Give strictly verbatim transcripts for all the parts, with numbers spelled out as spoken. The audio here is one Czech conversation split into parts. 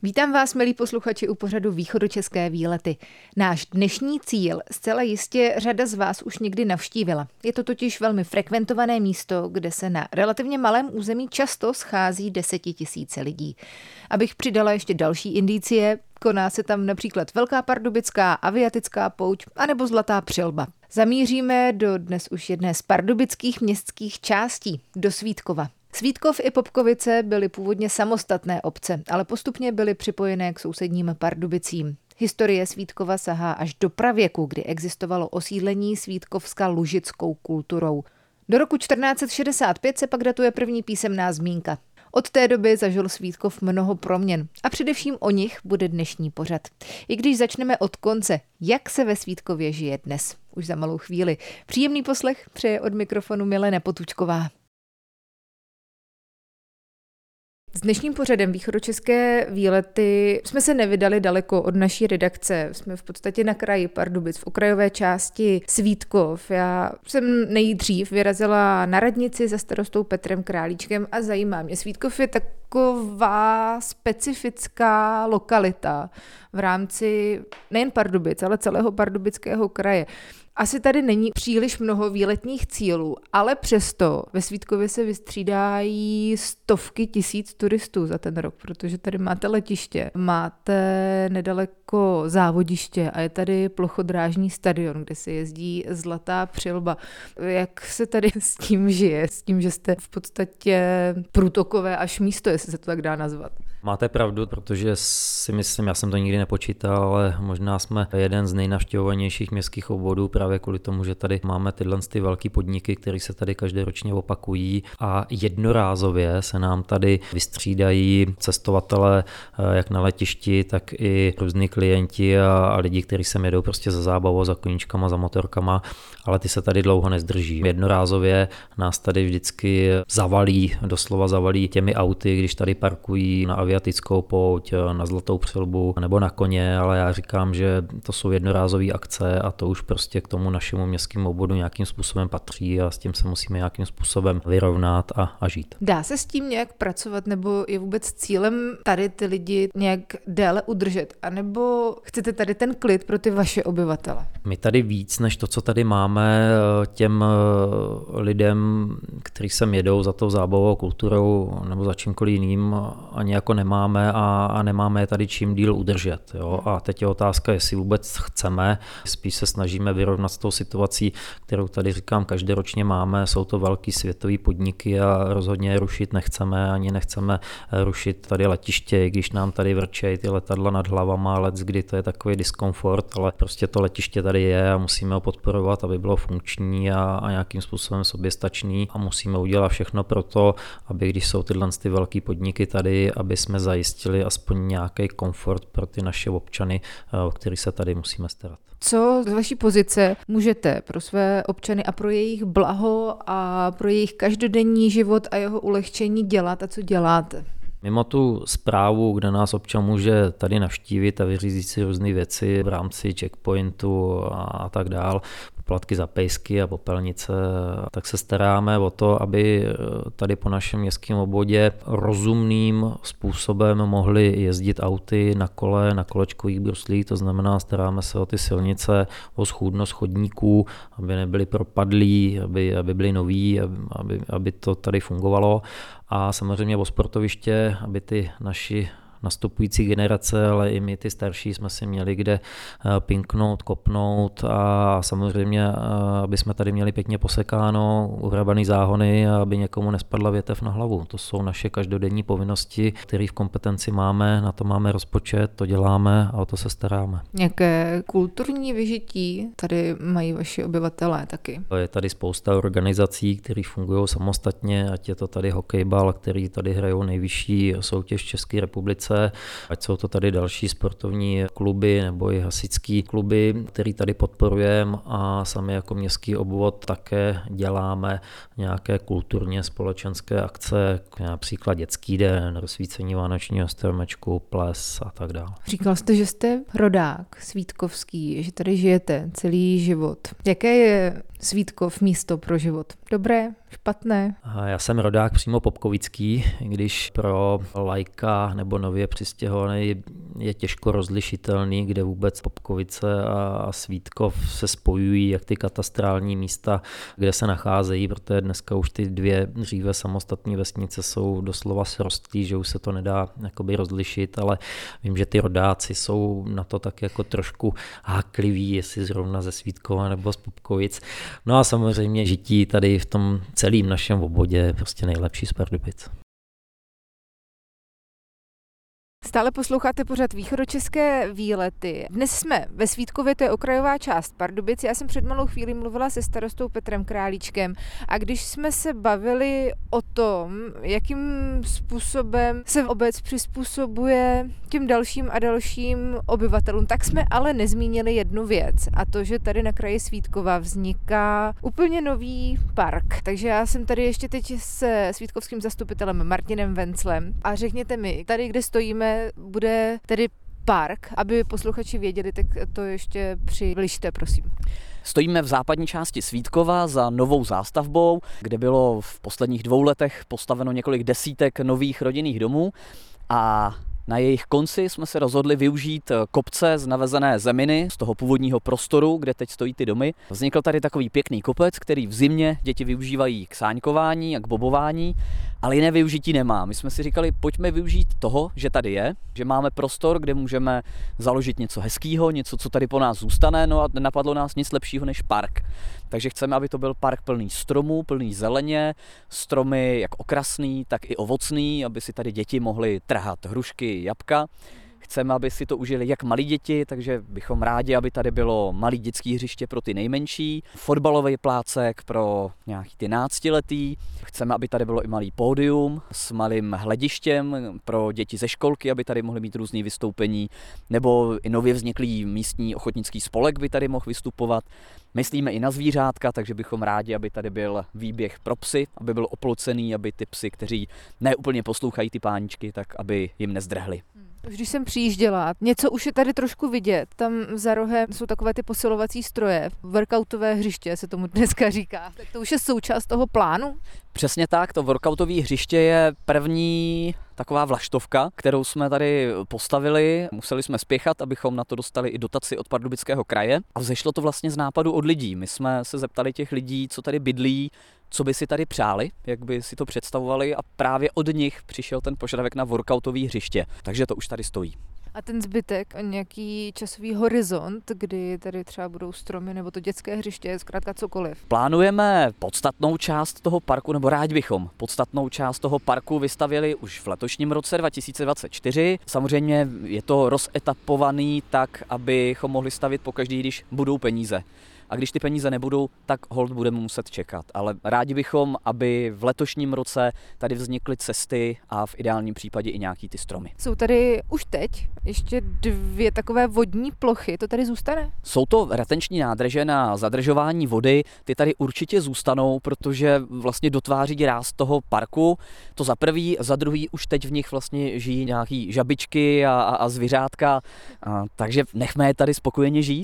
Vítám vás, milí posluchači, u pořadu Východočeské výlety. Náš dnešní cíl zcela jistě řada z vás už někdy navštívila. Je to totiž velmi frekventované místo, kde se na relativně malém území často schází desetitisíce lidí. Abych přidala ještě další indicie, koná se tam například Velká pardubická aviatická pouť anebo Zlatá přilba. Zamíříme do dnes už jedné z pardubických městských částí, do Svítkova. Svítkov i Popkovice byly původně samostatné obce, ale postupně byly připojené k sousedním Pardubicím. Historie Svítkova sahá až do pravěku, kdy existovalo osídlení Svítkovska lužickou kulturou. Do roku čtrnáct set šedesát pět se pak datuje první písemná zmínka. Od té doby zažil Svítkov mnoho proměn a především o nich bude dnešní pořad. I když začneme od konce, jak se ve Svítkově žije dnes, už za malou chvíli. Příjemný poslech přeje od mikrofonu Milena Potůčková. S dnešním pořadem Východočeské výlety jsme se nevydali daleko od naší redakce. Jsme v podstatě na kraji Pardubic, v okrajové části Svítkov. Já jsem nejdřív vyrazila na radnici za starostou Petrem Králíčkem a zajímá mě. Svítkov je taková specifická lokalita v rámci nejen Pardubic, ale celého Pardubického kraje. Asi tady není příliš mnoho výletních cílů, ale přesto ve Svítkově se vystřídají stovky tisíc turistů za ten rok, protože tady máte letiště, máte nedaleko závodiště a je tady plochodrážní stadion, kde se jezdí Zlatá přilba. Jak se tady s tím žije? S tím, že jste v podstatě průtokové až místo, jestli se to tak dá nazvat. Máte pravdu, protože si myslím, já jsem to nikdy nepočítal, ale možná jsme jeden z nejnavštěvovanějších městských obvodů právě kvůli tomu, že tady máme tyhle ty velké podniky, které se tady každoročně opakují a jednorázově se nám tady vystřídají cestovatelé jak na letišti, tak i různí klienti a, a lidi, kteří sem jedou prostě za zábavou, za koníčkama, za motorkama, ale ty se tady dlouho nezdrží. Jednorázově nás tady vždycky zavalí, doslova zavalí těmi auty, když tady parkují na aviatickou pouť, na Zlatou přilbu nebo na koně, ale já říkám, že to jsou jednorázové akce a to už prostě k tomu našemu městskému obvodu nějakým způsobem patří a s tím se musíme nějakým způsobem vyrovnat a, a žít. Dá se s tím nějak pracovat, nebo je vůbec cílem tady ty lidi nějak déle udržet, anebo chcete tady ten klid pro ty vaše obyvatele? My tady víc než to, co tady máme, těm lidem, kteří sem jedou za tou zábavou, kulturou nebo za čímkoliv jiným, ani jako nemáme a, a nemáme je tady čím díl udržet. Jo? A teď je otázka, jestli vůbec chceme, spíš se snažíme vyrovnat s tou situací, kterou tady říkám každoročně máme, jsou to velký světový podniky a rozhodně je rušit nechceme, ani nechceme rušit tady letiště, když nám tady vrčejí ty letadla nad hlavama, let, kdy to je takový diskomfort, ale prostě to letiště tady je a musíme ho podporovat, aby bylo funkční a, a nějakým způsobem soběstačný a musíme udělat všechno pro to, aby když jsou tyhle ty velký podniky tady, aby jsme zajistili aspoň nějaký komfort pro ty naše občany, o který se tady musíme starat. Co z vaší pozice můžete pro své občany a pro jejich blaho a pro jejich každodenní život a jeho ulehčení dělat a co děláte? Mimo tu zprávu, kde nás občan může tady navštívit a vyřízit si různé věci v rámci checkpointu a tak dál, poplatky za pejsky a popelnice, tak se staráme o to, aby tady po našem městském obvodě rozumným způsobem mohly jezdit auty na kole, na kolečkových bruslích, to znamená staráme se o ty silnice, o schůdnost chodníků, aby nebyly propadlí, aby, aby byly noví, aby, aby to tady fungovalo. A samozřejmě o sportoviště, aby ty naši nastupující generace, ale i my ty starší jsme si měli kde pinknout, kopnout a samozřejmě, aby jsme tady měli pěkně posekáno, uhrabaný záhony a aby někomu nespadla větev na hlavu. To jsou naše každodenní povinnosti, které v kompetenci máme, na to máme rozpočet, to děláme a o to se staráme. Jaké kulturní vyžití tady mají vaši obyvatelé taky? Je tady spousta organizací, které fungují samostatně, ať je to tady hokejbal, který tady hrajou nejvyšší soutěž v České republice, ať jsou to tady další sportovní kluby nebo i hasičský kluby, který tady podporujeme a sami jako městský obvod také děláme nějaké kulturně společenské akce, například dětský den, rozsvícení vánočního stromečku, ples a tak dále. Říkal jste, že jste rodák svítkovský, že tady žijete celý život. Jaké je Svítkov místo pro život? Dobré, špatné? Já jsem rodák přímo popkovický, když pro laika nebo nově přistěhovaný je těžko rozlišitelný, kde vůbec Popkovice a Svítkov se spojují, jak ty katastrální místa, kde se nacházejí, protože dneska už ty dvě dříve samostatné vesnice jsou doslova srostlí, že už se to nedá jakoby rozlišit, ale vím, že ty rodáci jsou na to tak jako trošku hákliví, jestli zrovna ze Svítkova nebo z Popkovic. No a samozřejmě žití tady v tom celým našem obvodě je prostě nejlepší z Pardubic. Stále posloucháte pořad Východočeské výlety. Dnes jsme ve Svítkově, to je okrajová část Pardubic. Já jsem před malou chvíli mluvila se starostou Petrem Králíčkem a když jsme se bavili o tom, jakým způsobem se obec přizpůsobuje těm dalším a dalším obyvatelům, tak jsme ale nezmínili jednu věc, a to, že tady na kraji Svítkova vzniká úplně nový park. Takže já jsem tady ještě teď se svítkovským zastupitelem Martinem Venclem a řekněte mi, tady, kde stojíme, bude tedy park, aby posluchači věděli, tak to ještě přibližte, prosím. Stojíme v západní části Svítkova za novou zástavbou, kde bylo v posledních dvou letech postaveno několik desítek nových rodinných domů a na jejich konci jsme se rozhodli využít kopce z navezené zeminy z toho původního prostoru, kde teď stojí ty domy. Vznikl tady takový pěkný kopec, který v zimě děti využívají k sáňkování a k bobování, ale jiné využití nemá. My jsme si říkali, pojďme využít toho, že tady je, že máme prostor, kde můžeme založit něco hezkýho, něco, co tady po nás zůstane, no a nenapadlo nás nic lepšího než park. Takže chceme, aby to byl park plný stromů, plný zeleně, stromy jak okrasný, tak i ovocný, aby si tady děti mohly trhat hrušky, jabka. Chceme, aby si to užili jak malí děti, takže bychom rádi, aby tady bylo malý dětský hřiště pro ty nejmenší, fotbalový plácek pro nějaký ty náctiletý. Chceme, aby tady bylo i malý pódium s malým hledištěm pro děti ze školky, aby tady mohly mít různé vystoupení, nebo i nově vzniklý místní ochotnický spolek by tady mohl vystupovat. Myslíme i na zvířátka, takže bychom rádi, aby tady byl výběh pro psy, aby byl oplocený, aby ty psy, kteří neúplně poslouchají ty páničky, tak aby jim nezdrhli. Už když jsem přijížděla, něco už je tady trošku vidět. Tam za rohem jsou takové ty posilovací stroje, workoutové hřiště se tomu dneska říká. Tak to už je součást toho plánu? Přesně tak, to workoutové hřiště je první taková vlaštovka, kterou jsme tady postavili. Museli jsme spěchat, abychom na to dostali i dotaci od Pardubického kraje. A vzešlo to vlastně z nápadu od lidí. My jsme se zeptali těch lidí, co tady bydlí, co by si tady přáli, jak by si to představovali, a právě od nich přišel ten požadavek na workoutové hřiště. Takže to už tady stojí. A ten zbytek, nějaký časový horizont, kdy tady třeba budou stromy nebo to dětské hřiště, zkrátka cokoliv? Plánujeme podstatnou část toho parku, nebo rádi bychom podstatnou část toho parku vystavěli už v letošním roce dva tisíce dvacet čtyři. Samozřejmě je to rozetapovaný tak, abychom mohli stavět pokaždý, když budou peníze. A když ty peníze nebudou, tak hold budeme muset čekat. Ale rádi bychom, aby v letošním roce tady vznikly cesty a v ideálním případě i nějaký ty stromy. Jsou tady už teď ještě dvě takové vodní plochy, to tady zůstane? Jsou to retenční nádrže na zadržování vody, ty tady určitě zůstanou, protože vlastně dotváří ráz toho parku. To za prvý, za druhý už teď v nich vlastně žijí nějaký žabičky a, a, a zvířátka, a, takže nechme je tady spokojeně žít.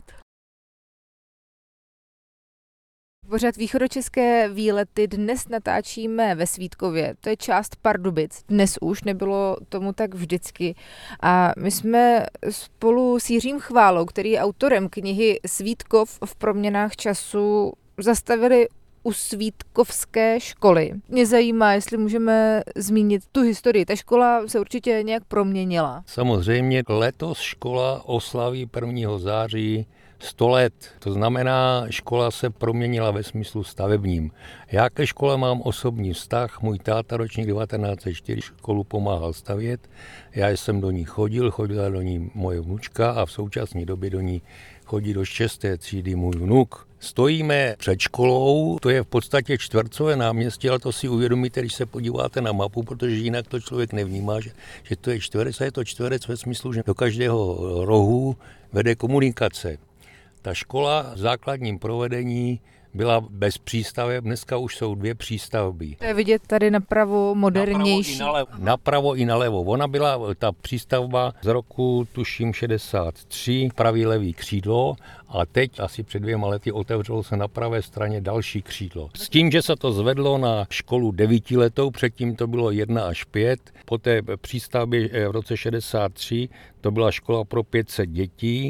Pořad Východočeské výlety dnes natáčíme ve Svítkově, to je část Pardubic. Dnes už, nebylo tomu tak vždycky. A my jsme spolu s Jiřím Chválou, který je autorem knihy Svítkov v proměnách času, zastavili u Svítkovské školy. Mě zajímá, jestli můžeme zmínit tu historii. Ta škola se určitě nějak proměnila. Samozřejmě letos škola oslaví prvního září sto let. To znamená, škola se proměnila ve smyslu stavebním. Já ke škole mám osobní vztah. Můj táta ročník devatenáct set čtyři školu pomáhal stavět. Já jsem do ní chodil, chodila do ní moje vnučka a v současné době do ní chodí do šesté třídy můj vnuk. Stojíme před školou, to je v podstatě čtvercové náměstí, ale to si uvědomíte, když se podíváte na mapu, protože jinak to člověk nevnímá, že, že to je čtverec, a je to čtverec ve smyslu, že do každého rohu vede komunikace. Ta škola v základním provedení byla bez přístaveb, dneska už jsou dvě přístavby. To je vidět tady napravo modernější. Napravo i nalevo. Napravo i nalevo. Ona byla, ta přístavba z roku tuším šedesát tři, pravý levý křídlo, a teď asi před dvěma lety otevřelo se na pravé straně další křídlo. S tím, že se to zvedlo na školu devítiletou, předtím to bylo jedna až pět, po té přístavbě v roce šedesát tři to byla škola pro pět set dětí.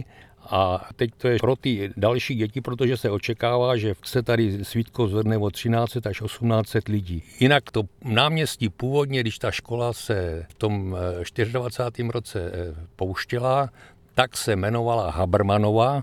A teď to je pro ty další děti, protože se očekává, že se tady Svítkov zvedne o třináct set až osmnáct set lidí. Jinak to náměstí původně, když ta škola se v tom dvacátém čtvrtém roce pouštěla, tak se jmenovala Habermanova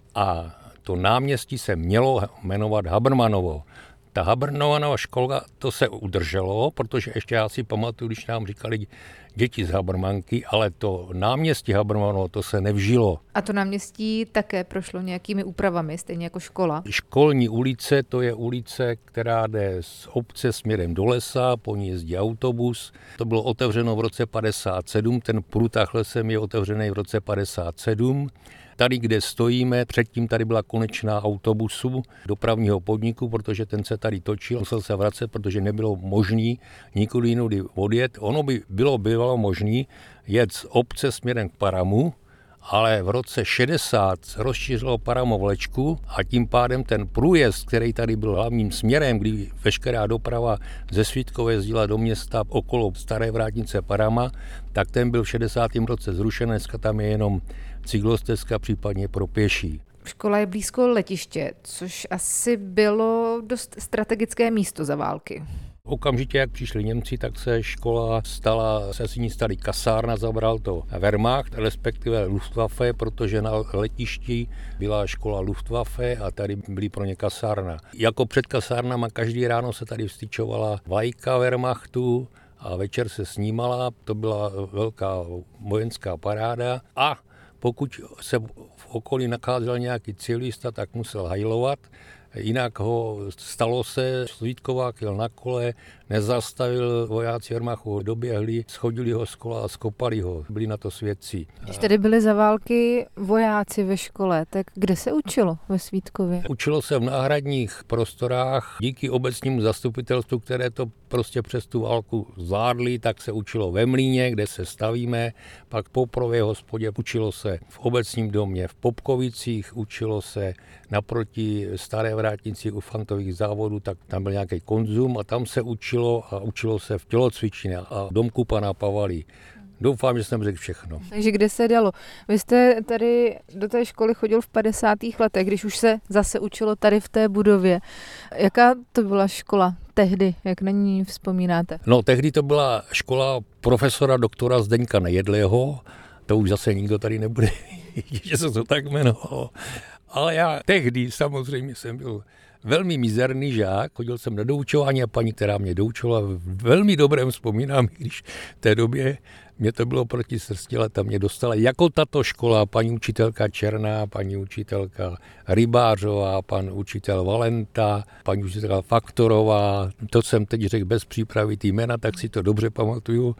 a to náměstí se mělo jmenovat Habermanovo. Ta Habermanova škola, to se udrželo, protože ještě já si pamatuju, když nám říkali děti z Habermanky, ale to náměstí Habermanovo, to se nevžilo. A to náměstí také prošlo nějakými úpravami, stejně jako škola? Školní ulice, to je ulice, která jde z obce směrem do lesa, po ní jezdí autobus. To bylo otevřeno v roce padesát sedm, ten průtah lesem je otevřený v roce padesát sedm. Tady, kde stojíme, předtím tady byla konečná autobusu dopravního podniku, protože ten se tady točil, musel se vracet, protože nebylo možné nikudy jinudy odjet. Ono by bylo bývalo možné jet z obce směrem k Paramu, ale v roce šedesát rozšířilo Paramo vlečku a tím pádem ten průjezd, který tady byl hlavním směrem, kdy veškerá doprava ze Svítkova jezdila do města okolo staré vrátnice Parama, tak ten byl v šedesátém roce zrušen, dneska tam je jenom cyklostezka, případně pro pěší. Škola je blízko letiště, což asi bylo dost strategické místo za války. Okamžitě, jak přišli Němci, tak se škola stala, se z ní stala kasárna, zabral to Wehrmacht, respektive Luftwaffe, protože na letišti byla škola Luftwaffe a tady byly pro ně kasárna. Jako před kasárnama každý ráno se tady vstyčovala vlajka Wehrmachtu a večer se snímala, to byla velká vojenská paráda a pokud se v okolí nacházel nějaký civilista, tak musel hajlovat. Jinak ho stalo se, Svítkovák jel na kole, nezastavil, vojáci Wehrmachtu doběhli, schodili ho z kola a skopali ho, byli na to svědci. Když tady byli za války vojáci ve škole, tak kde se učilo ve Svítkově? Učilo se v náhradních prostorách, díky obecnímu zastupitelstvu, které to prostě přes tu válku zvládli, tak se učilo ve Mlýně, kde se stavíme, pak v Poprově hospodě učilo se v obecním domě, v Popkovicích učilo se naproti staré vrátnici u fantových závodů, tak tam byl nějaký konzum a tam se učilo a učilo se v tělocvičně a domku pana Pavaly. Doufám, že jsem řekl všechno. Takže kde se dalo? Vy jste tady do té školy chodil v padesátých letech, když už se zase učilo tady v té budově. Jaká to byla škola tehdy, jak na ní vzpomínáte? No, tehdy to byla škola profesora doktora Zdeňka Nejedlého, to už zase nikdo tady nebude vidět, že se to tak jmenovalo. Ale já tehdy samozřejmě jsem byl velmi mizerný žák, chodil jsem na doučování a paní, která mě doučovala, v velmi dobrém vzpomínám, když v té době mě to bylo proti srsti, ale tam mě dostala jako tato škola, paní učitelka Černá, paní učitelka Rybářová, pan učitel Valenta, paní učitelka Faktorová, to jsem teď řekl bez přípravy ty jména, tak si to dobře pamatuju,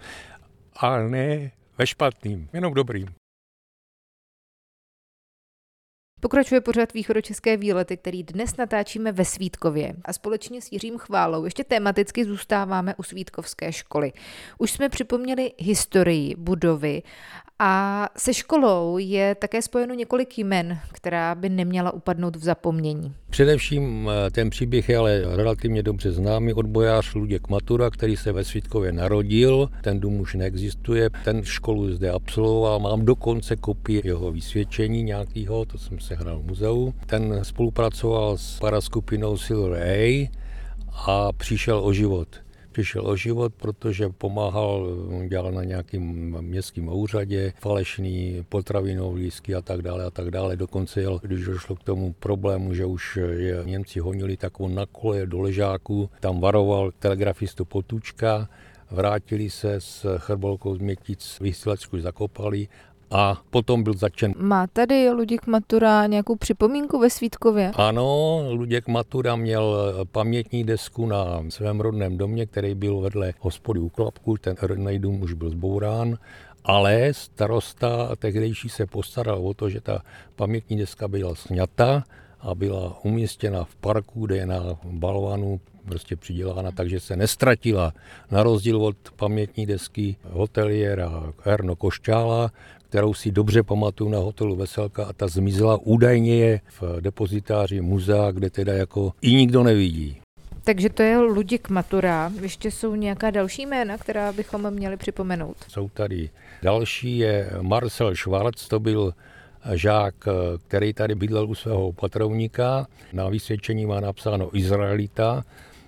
ale ne ve špatným, jenom dobrým. Pokračuje pořad Východočeské výlety, který dnes natáčíme ve Svítkově a společně s Jiřím Chválou ještě tematicky zůstáváme u Svítkovské školy. Už jsme připomněli historii budovy a se školou je také spojeno několik jmen, která by neměla upadnout v zapomnění. Především ten příběh je ale relativně dobře známý. Odbojář Luděk Matura, který se ve Svítkově narodil, ten dům už neexistuje, ten školu zde absolvoval, mám dokonce kopii jeho vysvědčení nějakého, to jsem se hrál v muzeu. Ten spolupracoval s paraskupinou Silver A a přišel o život. Přišel o život, protože pomáhal, dělal na nějakým městském úřadě, falešný potravinový lístky a tak dále a tak dále. Dokonce jel, když došlo k tomu problému, že už je Němci honili, tak on na kole do Ležáku, tam varoval telegrafistu Potůčka, vrátili se s Chrbolkou z Mětic, vysílačku zakopali a potom byl začen. Má tady Luděk Matura nějakou připomínku ve Svítkově? Ano, Luděk Matura měl pamětní desku na svém rodném domě, který byl vedle hospody u Klapku, ten rodný dům už byl zbourán, ale starosta tehdejší se postaral o to, že ta pamětní deska byla sňata a byla umístěna v parku, kde je na balvanu prostě přidělána, takže se nestratila. Na rozdíl od pamětní desky hoteliéra Erno Košťála, kterou si dobře pamatuju na hotelu Veselka, a ta zmizela, údajně je v depozitáři muzea, kde teda jako i nikdo nevidí. Takže to je Luděk Matura. Ještě jsou nějaká další jména, která bychom měli připomenout? Jsou tady další, je Marcel Schwarz, to byl žák, který tady bydlel u svého opatrovníka. Na vysvědčení má napsáno Izraelita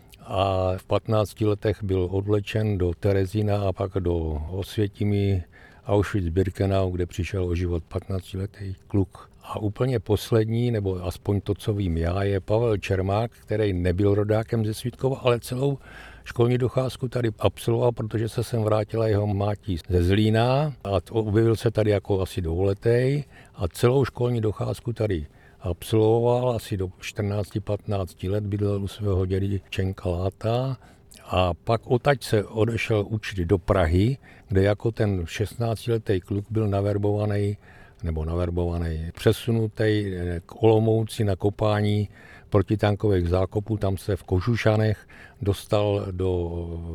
a v patnácti letech byl odvlečen do Terezína a pak do Osvětimi, Auschwitz-Birkenau, kde přišel o život patnáctiletý kluk. A úplně poslední, nebo aspoň to, co vím já, je Pavel Čermák, který nebyl rodákem ze Svítkova, ale celou školní docházku tady absolvoval, protože se sem vrátila jeho mátí ze Zlína a objevil se tady jako asi dvouletý a celou školní docházku tady absolvoval, asi do čtrnáct patnáct let bydlel u svého dědečenka Láta a pak odtaď se odešel učit do Prahy, kde jako ten šestnáctiletý kluk byl naverbovaný nebo naverbovaný, přesunutý k Olomouci na kopání protitankových zákopů. Tam se v Kožušanech dostal do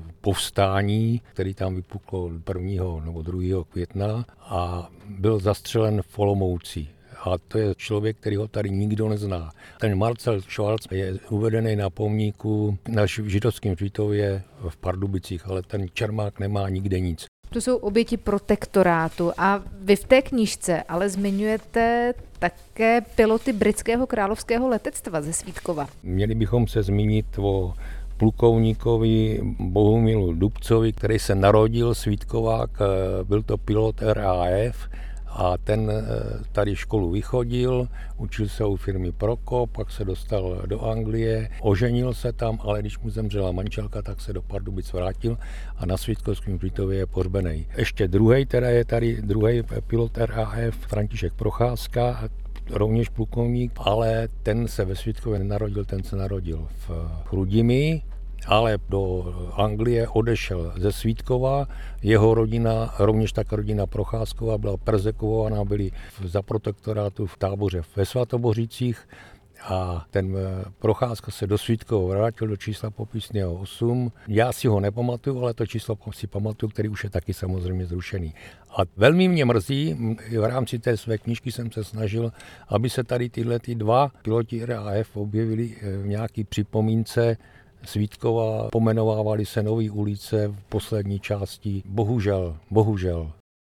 povstání, který tam vypuklo prvního nebo druhého května a byl zastřelen v Olomouci. A to je člověk, který ho tady nikdo nezná. Ten Marcel Schwarz je uvedený na pomníku na židovském hřbitově v Pardubicích, ale ten Čermák nemá nikde nic. To jsou oběti protektorátu a vy v té knížce ale zmiňujete také piloty britského královského letectva ze Svítkova. Měli bychom se zmínit o plukovníkovi Bohumilu Dubcovi, který se narodil Svítkovák, byl to pilot R A F a ten tady školu vychodil, učil se u firmy Prokop, pak se dostal do Anglie, oženil se tam, ale když mu zemřela manželka, tak se do Pardubic vrátil a na Svítkovském hřbitově je pohřbený. Ještě druhý, teda je tady druhý pilot R A F, František Procházka, rovněž plukovník, ale ten se ve Svítkově nenarodil, ten se narodil v Chrudimi, ale do Anglie odešel ze Svítkova. Jeho rodina, rovněž tak rodina Procházkova, byla perzekvovaná, byli za protektorátu v táboře ve Svatobořicích a ten Procházka se do Svítkova vrátil do čísla popisného osm. Já si ho nepamatuju, ale to číslo si pamatuju, který už je taky samozřejmě zrušený. A velmi mě mrzí, v rámci té své knížky jsem se snažil, aby se tady tyhle ty dva piloti R A F objevili v nějaký připomínce Svítkova, pomenovávaly se nové ulice v poslední části. Bohužel, bohužel.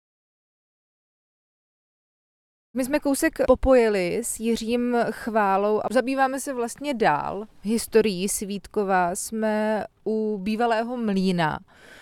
My jsme kousek popojili s Jiřím Chválou a zabýváme se vlastně dál historií Svítkova. Jsme u bývalého mlýna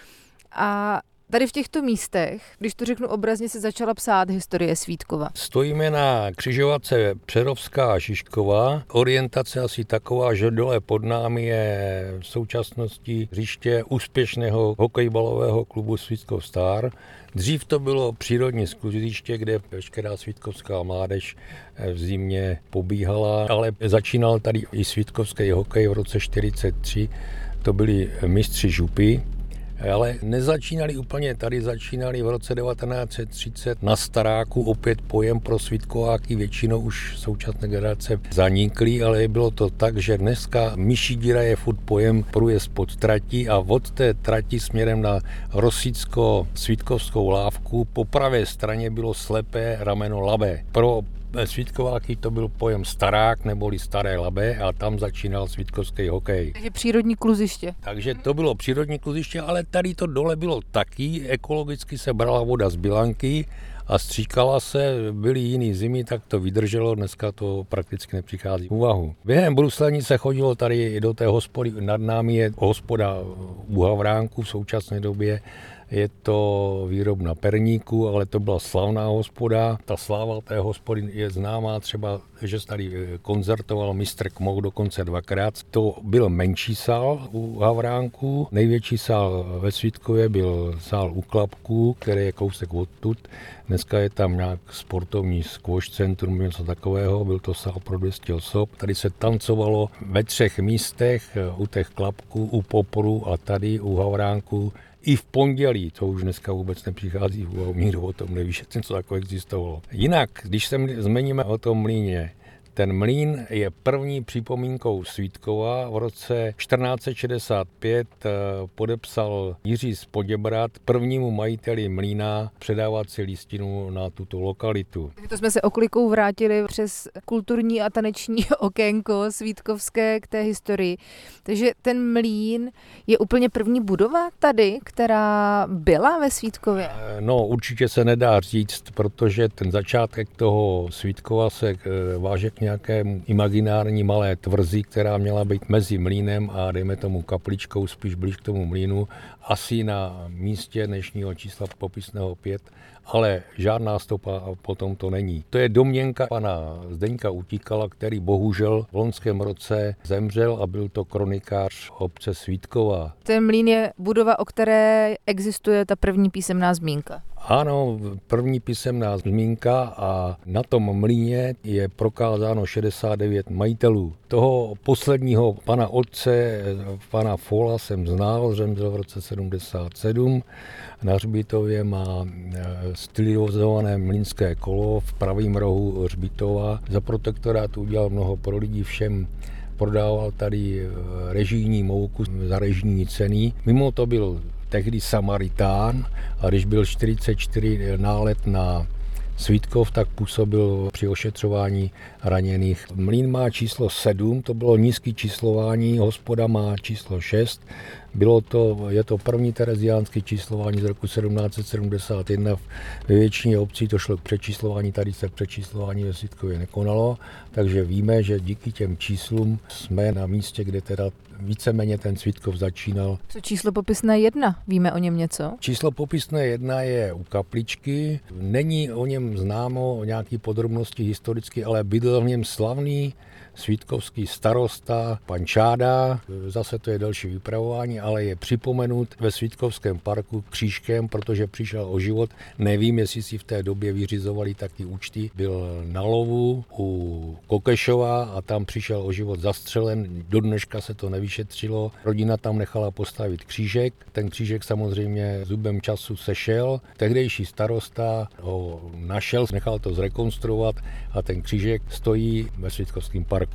a tady v těchto místech, když to řeknu obrazně, se začala psát historie Svítkova. Stojíme na křižovatce Přerovská a Žižkova. Orientace asi taková, že dole pod námi je v současnosti hřiště úspěšného hokejbalového klubu Svítkov Star. Dřív to bylo přírodní skluziště, kde veškerá svítkovská mládež v zimě pobíhala, ale začínal tady i svítkovský hokej v roce čtyřicet tři. To byli mistři župy. Ale nezačínali úplně tady, začínali v roce devatenáct set třicet na Staráku, opět pojem pro Svítkováky, většinou už současné generace zaniklý, ale bylo to tak, že dneska myší díra je furt pojem průjezd pod trati a od té trati směrem na Rosicko-Svítkovskou lávku po pravé straně bylo slepé rameno Labe. Pro Svítkováky to byl pojem Starák neboli Staré Labe a tam začínal svítkovský hokej. Takže přírodní kluziště. Takže to bylo přírodní kluziště, ale tady to dole bylo taky, ekologicky se brala voda z Bilanky a stříkala se, byly jiný zimy, tak to vydrželo, dneska to prakticky nepřichází v úvahu. Během bruslení se chodilo tady do té hospody, nad námi je hospoda u Havránku v současné době, je to výrobna perníku, ale to byla slavná hospoda. Ta sláva té hospody je známá třeba, že se tady koncertoval mistr Kmouk dokonce dvakrát. To byl menší sál u Havránku. Největší sál ve Svítkově byl sál u Klapků, který je kousek odtud. Dneska je tam nějak sportovní squash centrum, něco takového. Byl to sál pro dvě stě osob. Tady se tancovalo ve třech místech, u těch Klapků, u Popru a tady u Havránku. I v pondělí, to už dneska vůbec nepřichází v úvahu, nikdo o tom neví, že něco takové existovalo. Jinak, když se zmeníme o tom mlýně, Ten mlýn je první připomínkou Svítkova. V roce čtrnáct set šedesát pět podepsal Jiří z Poděbrad prvnímu majiteli mlýna předávací listinu na tuto lokalitu. To jsme se oklikou vrátili přes kulturní a taneční okénko svítkovské k té historii. Takže ten mlýn je úplně první budova tady, která byla ve Svítkově? No, určitě se nedá říct, protože ten začátek toho Svítkova se váže k nějaké imaginární malé tvrzi, která měla být mezi mlýnem a dejme tomu kapličkou, spíš blíž k tomu mlýnu, asi na místě dnešního čísla popisného pět, ale žádná stopa potom to není. To je domněnka pana Zdeňka Utíkala, který bohužel v loňském roce zemřel a byl to kronikář obce Svítkova. Ten mlýn je budova, o které existuje ta první písemná zmínka. Ano, první písemná zmínka a na tom mlýně je prokázáno šedesát devět majitelů. Toho posledního pana otce, pana Fola, jsem znal, zemřel v roce sedmdesát sedm. Na hřbitově má stylizované mlýnské kolo v pravém rohu hřbitova. Za protektorátu udělal mnoho pro lidi, všem prodával tady režijní mouku za režijní ceny. Mimo to byl tehdy Samaritán a když byl čtyřicet čtyři nálet na Svítkov, tak působil při ošetřování raněných. Mlýn má číslo sedm, to bylo nízké číslování, hospoda má číslo šest. Bylo to, je to první tereziánské číslování z roku sedmnáct set sedmdesát jedna. Ve většině obcí to šlo k přečíslování, tady se přečíslování ve Svítkově nekonalo, takže víme, že díky těm číslům jsme na místě, kde teda víceméně ten Svítkov začínal. Co číslo popisné jedna? Víme o něm něco? Číslo popisné jedna je u kapličky. Není o něm známo o nějaké podrobnosti historicky, ale bydlel v něm slavný svítkovský starosta pan Čáda. Zase to je další vypravování, ale je připomenut ve Svítkovském parku křížkem, protože přišel o život. Nevím, jestli si v té době vyřizovali taky účty. Byl na lovu u Kokešova a tam přišel o život zastřelen. Do dneška se to nevyšetřilo. Rodina tam nechala postavit křížek. Ten křížek samozřejmě zubem času sešel. Tehdejší starosta ho našel, nechal to zrekonstruovat a ten křížek stojí ve Svítkovském parku.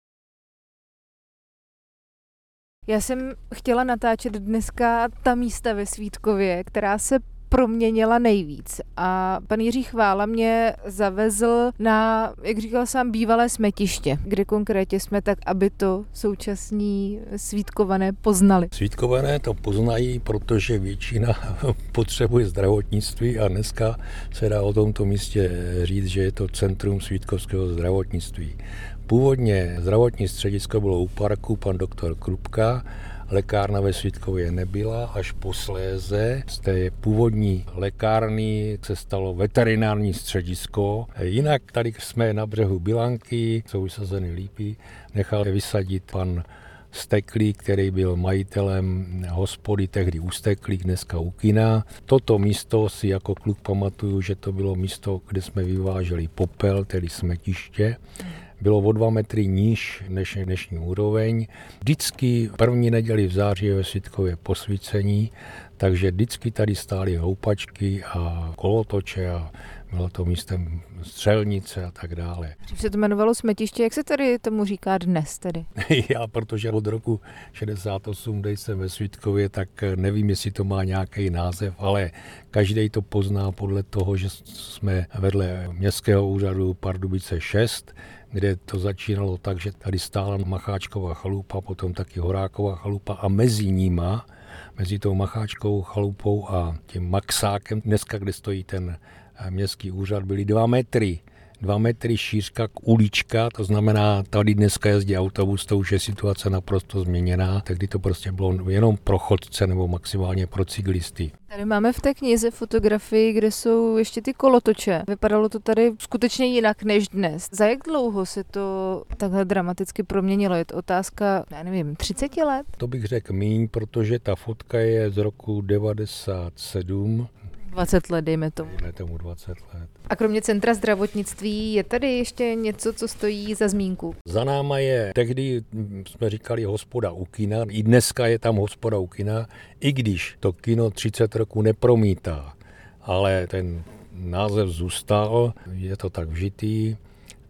Já jsem chtěla natáčet dneska ta místa ve Svítkově, která se proměnila nejvíc. A pan Jiří Chvála mě zavezl na, jak říkal sám, bývalé smetiště, kde konkrétně jsme tak, aby to současní Svítkované poznali. Svítkované to poznají, protože většina potřebuje zdravotnictví a dneska se dá o tomto místě říct, že je to centrum svítkovského zdravotnictví. Původně zdravotní středisko bylo u parku, pan doktor Krupka, lékárna ve Svítkově nebyla, až posléze z té původní lékárny se stalo veterinární středisko. Jinak tady jsme na břehu Bilanky, jsou vysazeny lípy, nechal vysadit pan Steklík, který byl majitelem hospody, tehdy u Steklík, dneska u kina. Toto místo si jako kluk pamatuju, že to bylo místo, kde jsme vyváželi popel, tedy smetiště. Bylo o dva metry níž než dnešní úroveň. Vždycky první neděli v září je ve Svítkově posvícení, takže vždycky tady stály houpačky a kolotoče a bylo to místem střelnice a tak dále. Když se to jmenovalo smetiště, jak se tady tomu říká dnes tedy? Já, protože od roku šedesát osm, kde jsem ve Svítkově, tak nevím, jestli to má nějaký název, ale každý to pozná podle toho, že jsme vedle městského úřadu Pardubice šest, kde to začínalo tak, že tady stála Macháčková chalupa, potom taky Horáková chalupa a mezi nima, mezi tou Macháčkovou chalupou a tím Maxákem, dneska, kde stojí ten městský úřad, byly dva metry. Dva metry šířka k ulička, to znamená, tady dneska jezdí autobus, to už je situace naprosto změněná, tehdy to prostě bylo jenom pro chodce nebo maximálně pro cyklisty. Tady máme v té knize fotografii, kde jsou ještě ty kolotoče. Vypadalo to tady skutečně jinak než dnes. Za jak dlouho se to takhle dramaticky proměnilo? Je to otázka, já nevím, třicet let? To bych řekl míň, protože ta fotka je z roku devadesát sedm. dvacet let, dejme tomu. Dejme tomu dvacet let. A kromě centra zdravotnictví je tady ještě něco, co stojí za zmínku? Za náma je, tehdy jsme říkali hospoda u kina, i dneska je tam hospoda u kina, i když to kino třicet roků nepromítá, ale ten název zůstal, je to tak vžitý.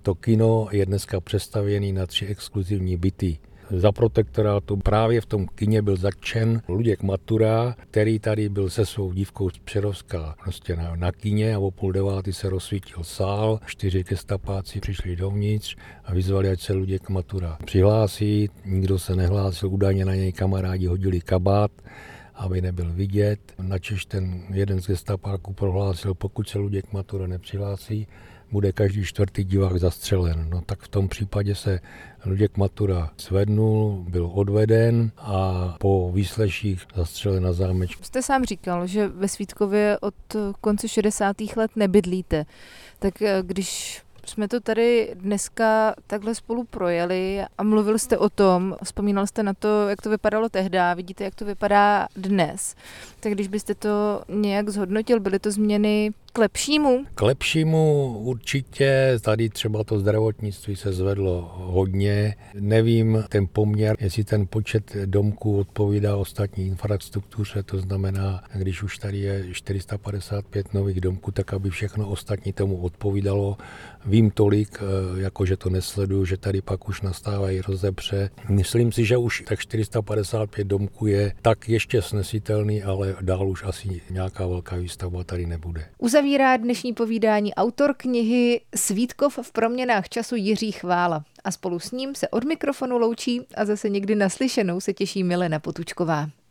To kino je dneska přestavěný na tři exkluzivní byty. Za protektorátu právě v tom kině byl zatčen Luděk Matura, který tady byl se svou dívkou z Přerovska prostě na, na kině a o půl devátý se rozsvítil sál. Čtyři gestapáci přišli dovnitř a vyzvali, ať se Luděk Matura přihlásí. Nikdo se nehlásil, údajně na něj kamarádi hodili kabát, aby nebyl vidět. Načež ten jeden z gestapáků prohlásil, pokud se Luděk Matura nepřihlásí, bude každý čtvrtý divák zastřelen. No tak v tom případě se Luděk Matura zvednul, byl odveden a po výsleších zastřelen na zámečku. Jste sám říkal, že ve Svítkově od konce šedesátých let nebydlíte. Tak když jsme to tady dneska takhle spolu projeli a mluvil jste o tom, vzpomínal jste na to, jak to vypadalo tehdy, vidíte, jak to vypadá dnes. Tak když byste to nějak zhodnotil, byly to změny k lepšímu? K lepšímu určitě, tady třeba to zdravotnictví se zvedlo hodně. Nevím ten poměr, jestli ten počet domků odpovídá ostatní infrastruktuře, to znamená, když už tady je čtyři sta padesát pět nových domků, tak aby všechno ostatní tomu odpovídalo. Vím tolik, jakože to nesleduju, že tady pak už nastávají rozepře. Myslím si, že už tak čtyři sta padesát pět domků je tak ještě snesitelný, ale dál už asi nějaká velká výstavba tady nebude. Uzavírá dnešní povídání autor knihy Svítkov v proměnách času Jiří Chvála. A spolu s ním se od mikrofonu loučí a zase někdy naslyšenou se těší Milena Potůčková.